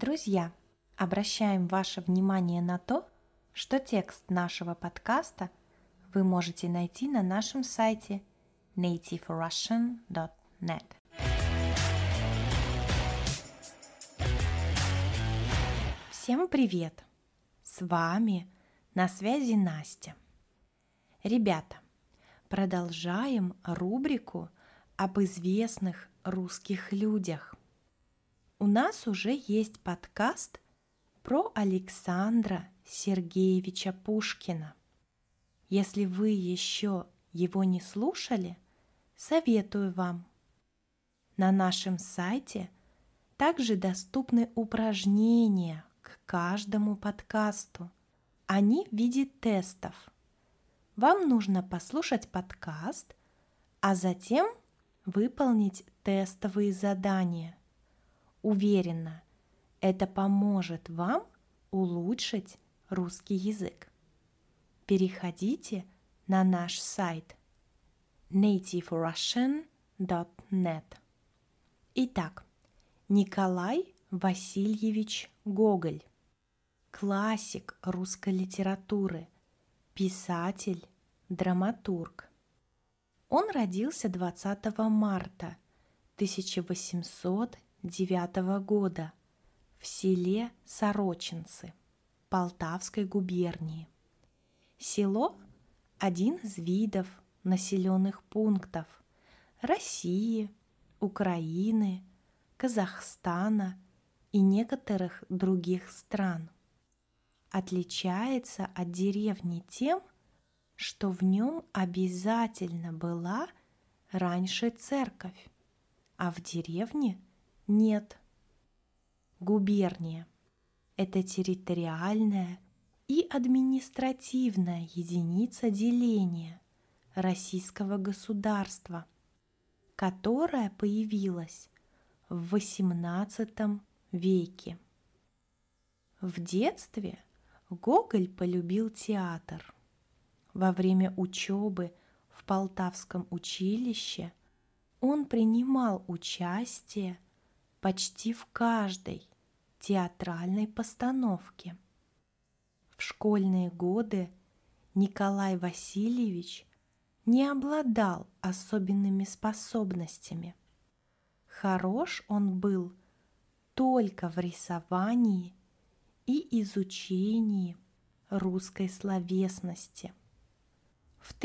Друзья, обращаем ваше внимание на то, что текст нашего подкаста вы можете найти на нашем сайте nativerussian.net. Всем привет! С вами на связи Настя. Ребята, продолжаем рубрику об известных русских людях. У нас уже есть подкаст про Александра Сергеевича Пушкина. Если вы еще его не слушали, советую вам. На нашем сайте также доступны упражнения к каждому подкасту. Они в виде тестов. Вам нужно послушать подкаст, а затем выполнить тестовые задания. Уверена, это поможет вам улучшить русский язык. Переходите на наш сайт nativerussian.net. Итак, Николай Васильевич Гоголь, классик русской литературы, писатель, драматург. Он родился 20 марта 1809 года в селе Сорочинцы Полтавской губернии. Село – один из видов населенных пунктов России, Украины, Казахстана и некоторых других стран. Отличается от деревни тем, что в нем обязательно была раньше церковь, а в деревне нет. Губерния – это территориальная и административная единица деления российского государства, которая появилась в XVIII веке. В детстве Гоголь полюбил театр. Во время учебы в Полтавском училище он принимал участие почти в каждой театральной постановке. В школьные годы Николай Васильевич не обладал особенными способностями. Хорош он был только в рисовании и изучении русской словесности. В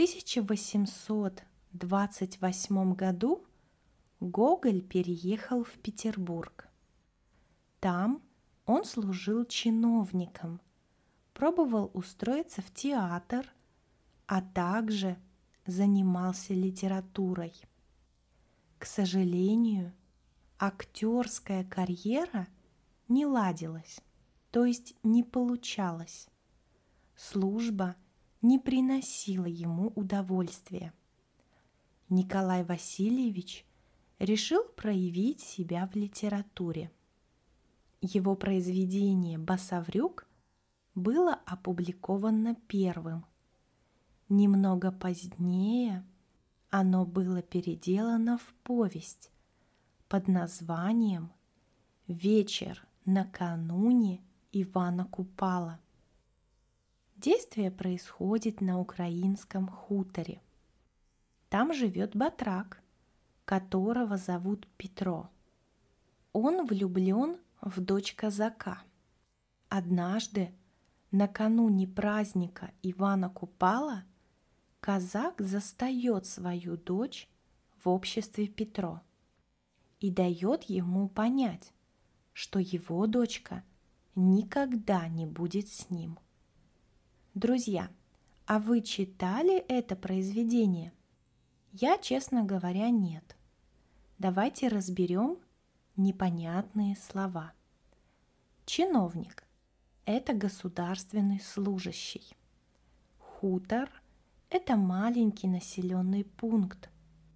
1828 году Гоголь переехал в Петербург. Там он служил чиновником, пробовал устроиться в театр, а также занимался литературой. К сожалению, актерская карьера не ладилась, то есть не получалась. Служба не приносила ему удовольствия. Николай Васильевич решил проявить себя в литературе. Его произведение «Басаврюк» было опубликовано первым. Немного позднее оно было переделано в повесть под названием «Вечер накануне Ивана Купала». Действие происходит на украинском хуторе. Там живет батрак, которого зовут Петро. Он влюблен в дочь казака. Однажды, накануне праздника Ивана Купала, казак застает свою дочь в обществе Петро и дает ему понять, что его дочка никогда не будет с ним. Друзья, а вы читали это произведение? Я, честно говоря, нет. Давайте разберем непонятные слова. Чиновник – это государственный служащий. Хутор – это маленький населенный пункт.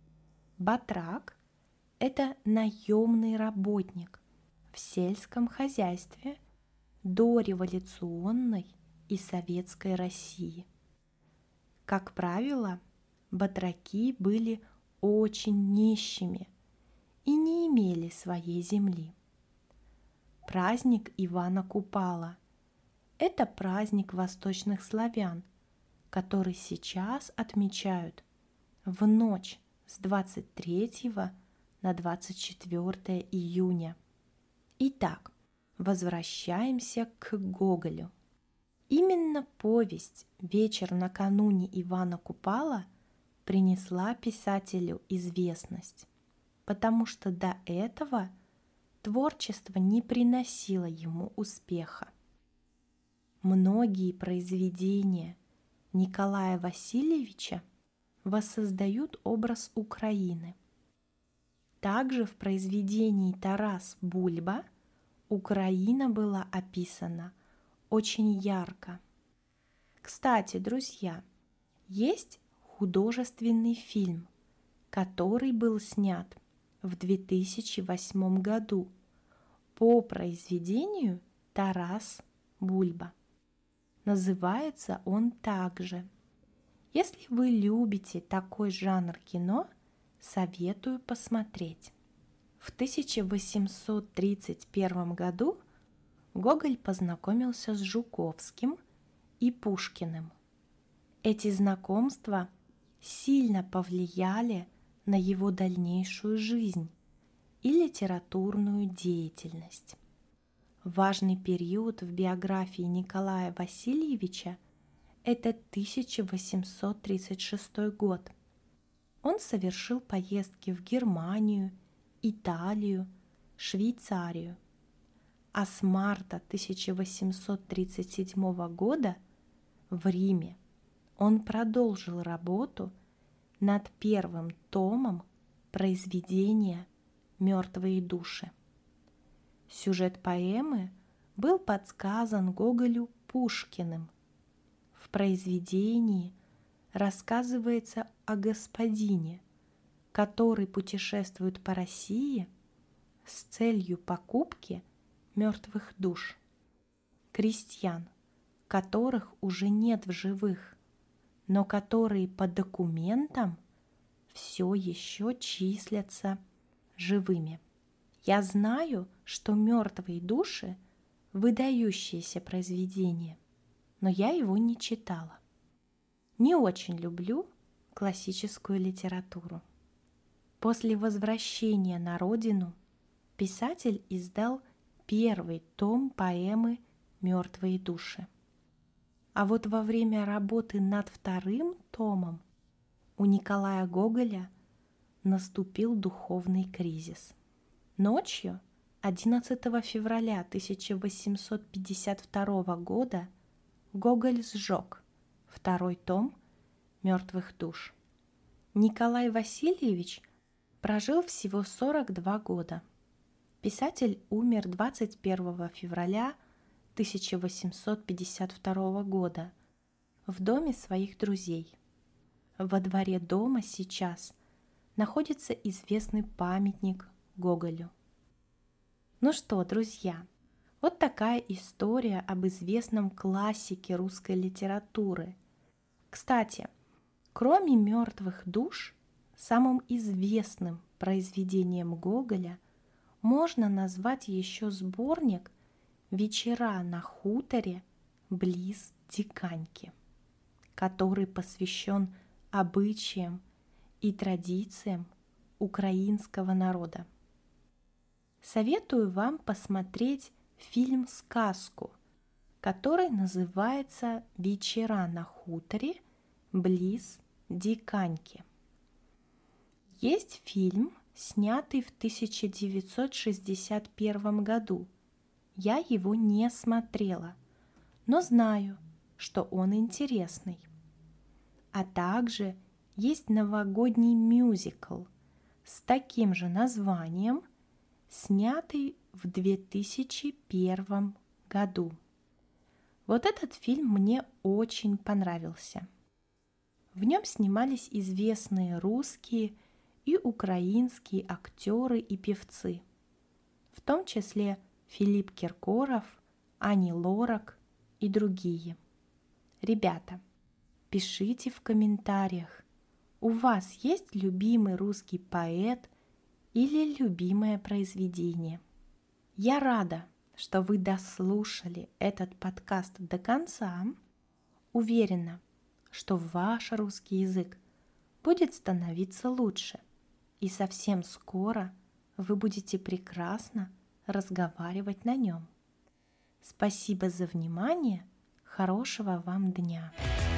Батрак – это наемный работник в сельском хозяйстве дореволюционной и советской России. Как правило, батраки были очень нищими и не имели своей земли. праздник Ивана Купала. Это праздник восточных славян, который сейчас отмечают в ночь с 23 на 24 июня. Итак, возвращаемся к Гоголю. Именно повесть «Вечер накануне Ивана Купала» принесла писателю известность, потому что до этого творчество не приносило ему успеха. Многие произведения Николая Васильевича воссоздают образ Украины. Также в произведении «Тарас Бульба» Украина была описана очень ярко. Кстати, друзья, есть художественный фильм, который был снят в 2008 году по произведению «Тарас Бульба». Называется он также. Если вы любите такой жанр кино, советую посмотреть. В 1831 году Гоголь познакомился с Жуковским и Пушкиным. Эти знакомства сильно повлияли на его дальнейшую жизнь и литературную деятельность. Важный период в биографии Николая Васильевича – это 1836 год. Он совершил поездки в Германию, Италию, Швейцарию. А с марта 1837 года в Риме он продолжил работу над первым томом произведения «Мертвые души». Сюжет поэмы был подсказан Гоголю Пушкиным. В произведении рассказывается о господине, который путешествует по России с целью покупки мертвых душ, крестьян, которых уже нет в живых, но которые по документам все еще числятся живыми. Я знаю, что «Мертвые души» – выдающееся произведение, но я его не читала. Не очень люблю классическую литературу. После возвращения на родину писатель издал первый том поэмы «Мертвые души». А вот во время работы над вторым томом у Николая Гоголя наступил духовный кризис. Ночью 11 февраля 1852 года Гоголь сжег второй том «Мертвых душ». Николай Васильевич прожил всего 42 года. Писатель умер 21 февраля 1852 года в доме своих друзей. Во дворе дома сейчас находится известный памятник Гоголю. Ну что, друзья, вот такая история об известном классике русской литературы. Кстати, кроме «Мертвых душ», самым известным произведением Гоголя можно назвать еще сборник «Вечера на хуторе близ Диканьки», который посвящен обычаям и традициям украинского народа. Советую вам посмотреть фильм-сказку, который называется «Вечера на хуторе близ Диканьки». Есть фильм, снятый в 1961 году. Я его не смотрела, но знаю, что он интересный. А также есть новогодний мюзикл с таким же названием, снятый в 2001 году. Вот этот фильм мне очень понравился. В нем снимались известные русские и украинские актеры и певцы, в том числе Филипп Киркоров, Ани Лорак и другие. Ребята, пишите в комментариях, у вас есть любимый русский поэт или любимое произведение. Я рада, что вы дослушали этот подкаст до конца. Уверена, что ваш русский язык будет становиться лучше, и совсем скоро вы будете прекрасно разговаривать на нем. Спасибо за внимание, хорошего вам дня!